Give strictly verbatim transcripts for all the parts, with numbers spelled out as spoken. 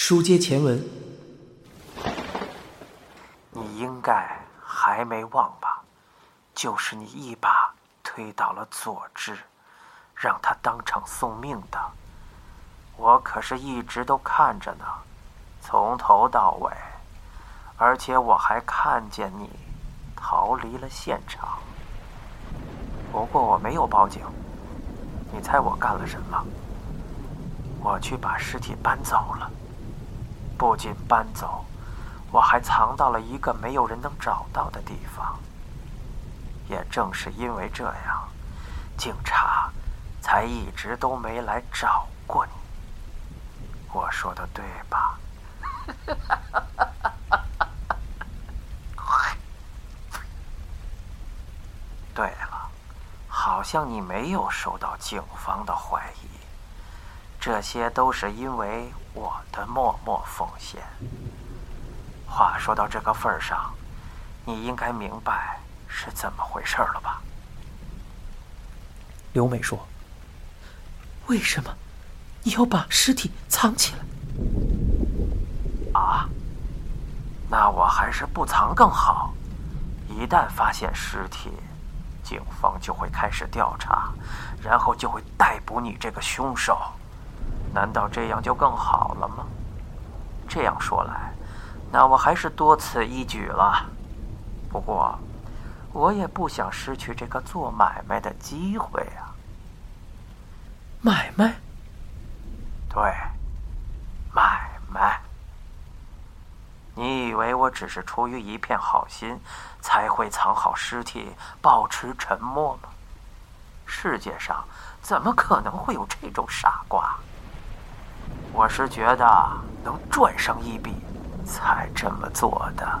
书接前文， 你应该还没忘吧？就是你一把推倒了佐治，让他当场送命的。我可是一直都看着呢，从头到尾，而且我还看见你逃离了现场。不过我没有报警，你猜我干了什么？我去把尸体搬走了。不仅搬走，我还藏到了一个没有人能找到的地方。也正是因为这样，警察才一直都没来找过你。我说的对吧？对了，好像你没有受到警方的怀疑，这些都是因为我的默默奉献。话说到这个份上，你应该明白是怎么回事了吧？ 刘美说：“为什么你要把尸体藏起来？” 啊，那我还是不藏更好。一旦发现尸体，警方就会开始调查，然后就会逮捕你这个凶手。难道这样就更好了吗？这样说来，那我还是多此一举了。不过我也不想失去这个做买卖的机会啊。 买卖？ 对，买卖。你以为我只是出于一片好心才会藏好尸体保持沉默吗？世界上怎么可能会有这种傻瓜？我是觉得能赚上一笔才这么做的。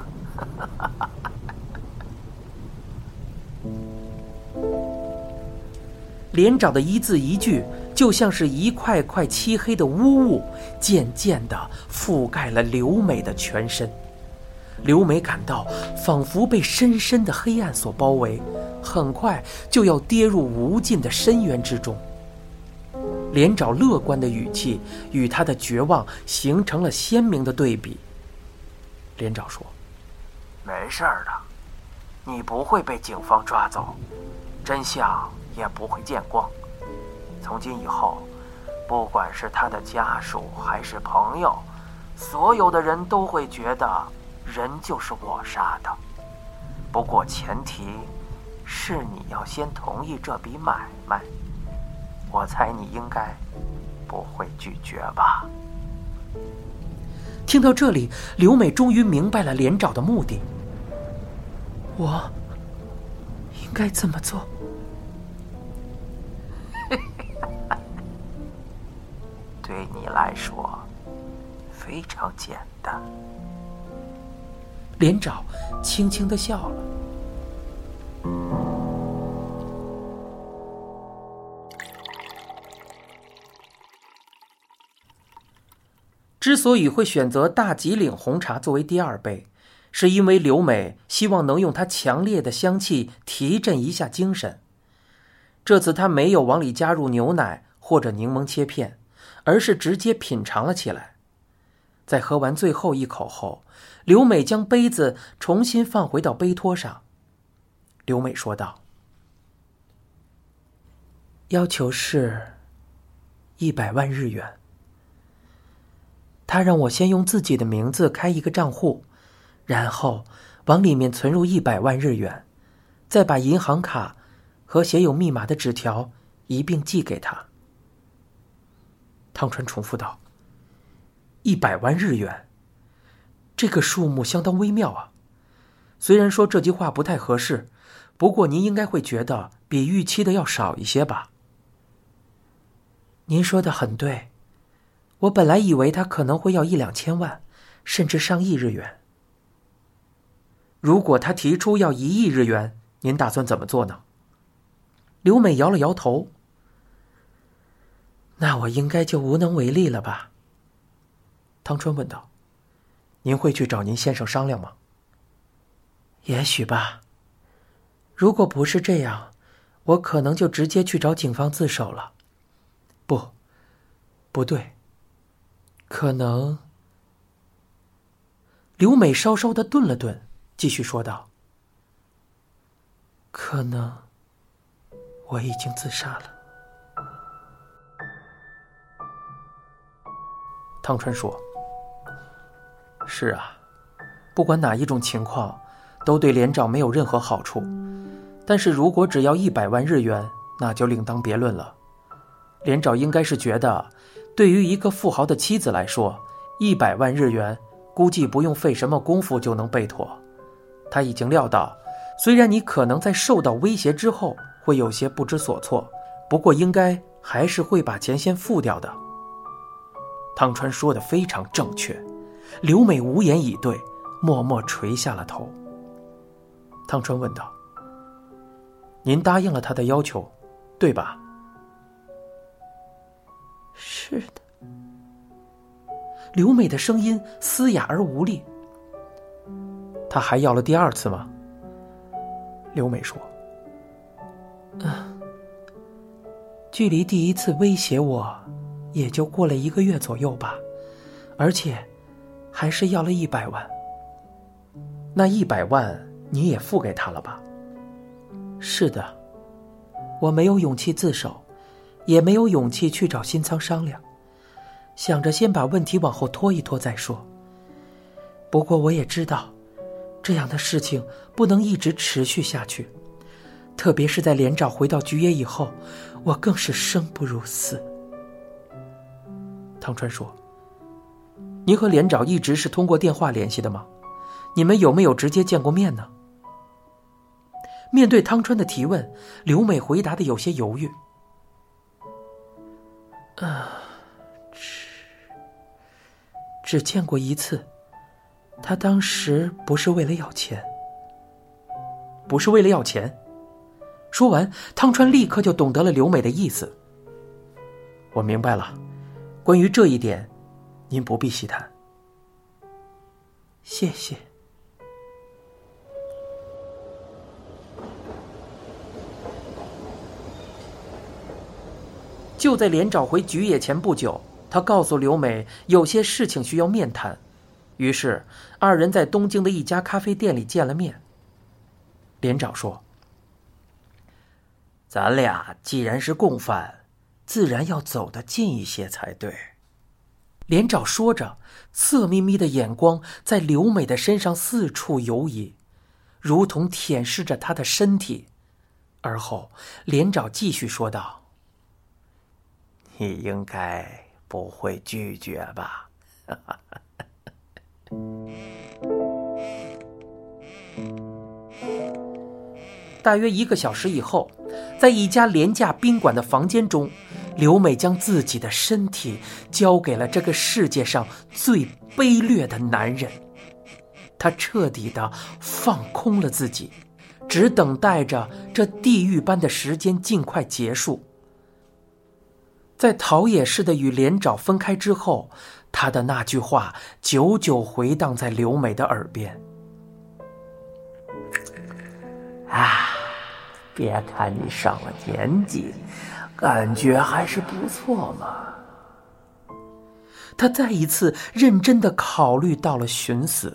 连长的一字一句就像是一块块漆黑的污物，渐渐地覆盖了刘美的全身。刘美感到仿佛被深深的黑暗所包围，很快就要跌入无尽的深渊之中。连长乐观的语气与他的绝望形成了鲜明的对比。连长说：“ 没事儿的，你不会被警方抓走，真相也不会见光。从今以后，不管是他的家属还是朋友，所有的人都会觉得人就是我杀的。不过前提是你要先同意这笔买卖。我猜你应该不会拒绝吧？” 听到这里，刘美终于明白了连长的目的。我应该怎么做？ 对你来说非常简单。 连长轻轻地笑了。之所以会选择大吉岭红茶作为第二杯，是因为刘美希望能用它强烈的香气提振一下精神。这次她没有往里加入牛奶或者柠檬切片，而是直接品尝了起来。在喝完最后一口后，刘美将杯子重新放回到杯托上。刘美说道：“要求是一百万日元。他让我先用自己的名字开一个账户，然后往里面存入一百万日元，再把银行卡和写有密码的纸条一并寄给他。”汤川重复道：“一百万日元，这个数目相当微妙啊。虽然说这句话不太合适，不过您应该会觉得比预期的要少一些吧？”“您说的很对，我本来以为他可能会要一两千万，甚至上亿日元。如果他提出要一亿日元，您打算怎么做呢？”刘美摇了摇头。“那我应该就无能为力了吧？”汤川问道。“您会去找您先生商量吗？”“也许吧。如果不是这样，我可能就直接去找警方自首了。不，不对。可能刘美稍稍地顿了顿，继续说道：可能我已经自杀了。汤川说：是啊，不管哪一种情况都对连长没有任何好处，但是如果只要一百万日元，那就另当别论了。连长应该是觉得，对于一个富豪的妻子来说，一百万日元估计不用费什么功夫就能备妥。他已经料到，虽然你可能在受到威胁之后会有些不知所措，不过应该还是会把钱先付掉的。汤川说的非常正确，刘美无言以对，默默垂下了头。汤川问道：您答应了他的要求，对吧？是的。刘美的声音嘶哑而无力。他还要了第二次吗？刘美说：嗯，距离第一次威胁我也就过了一个月左右吧，而且还是要了一百万。那一百万你也付给他了吧？是的，我没有勇气自首，也没有勇气去找新仓商量，想着先把问题往后拖一拖再说。不过我也知道，这样的事情不能一直持续下去，特别是在连长回到菊野以后，我更是生不如死。汤川说：您和连长一直是通过电话联系的吗？你们有没有直接见过面呢？面对汤川的提问，刘美回答的有些犹豫。啊，只只见过一次，他当时不是为了要钱。不是为了要钱？说完，汤川立刻就懂得了刘美的意思。我明白了，关于这一点，您不必细谈。谢谢。就在连长回菊野前不久，他告诉刘美有些事情需要面谈，于是二人在东京的一家咖啡店里见了面。连长说：咱俩既然是共犯，自然要走得近一些才对。连长说着，色眯眯的眼光在刘美的身上四处游移，如同舔舐着她的身体。而后连长继续说道：你应该不会拒绝吧？大约一个小时以后，在一家廉价宾馆的房间中，刘美将自己的身体交给了这个世界上最卑劣的男人。她彻底地放空了自己，只等待着这地狱般的时间尽快结束。在陶冶式的与连长分开之后，他的那句话久久回荡在刘美的耳边：啊，别看你上了年纪，感觉还是不错嘛。他再一次认真地考虑到了寻死。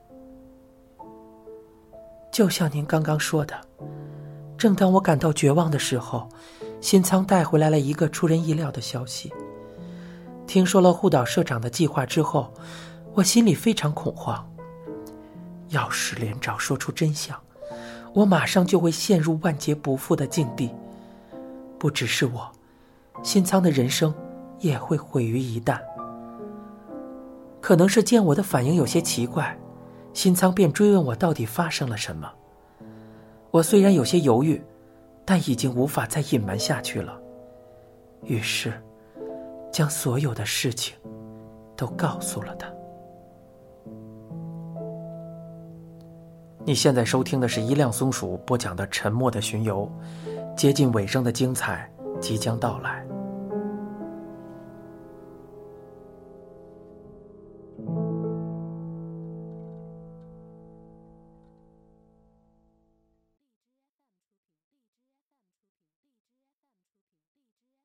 就像您刚刚说的，正当我感到绝望的时候，新仓带回来了一个出人意料的消息。听说了护岛社长的计划之后，我心里非常恐慌。要是连长说出真相，我马上就会陷入万劫不复的境地。不只是我，新仓的人生也会毁于一旦。可能是见我的反应有些奇怪，新仓便追问我到底发生了什么。我虽然有些犹豫，但已经无法再隐瞒下去了，于是将所有的事情都告诉了他。你现在收听的是一辆松鼠播讲的《沉默的巡游》，接近尾声的精彩即将到来。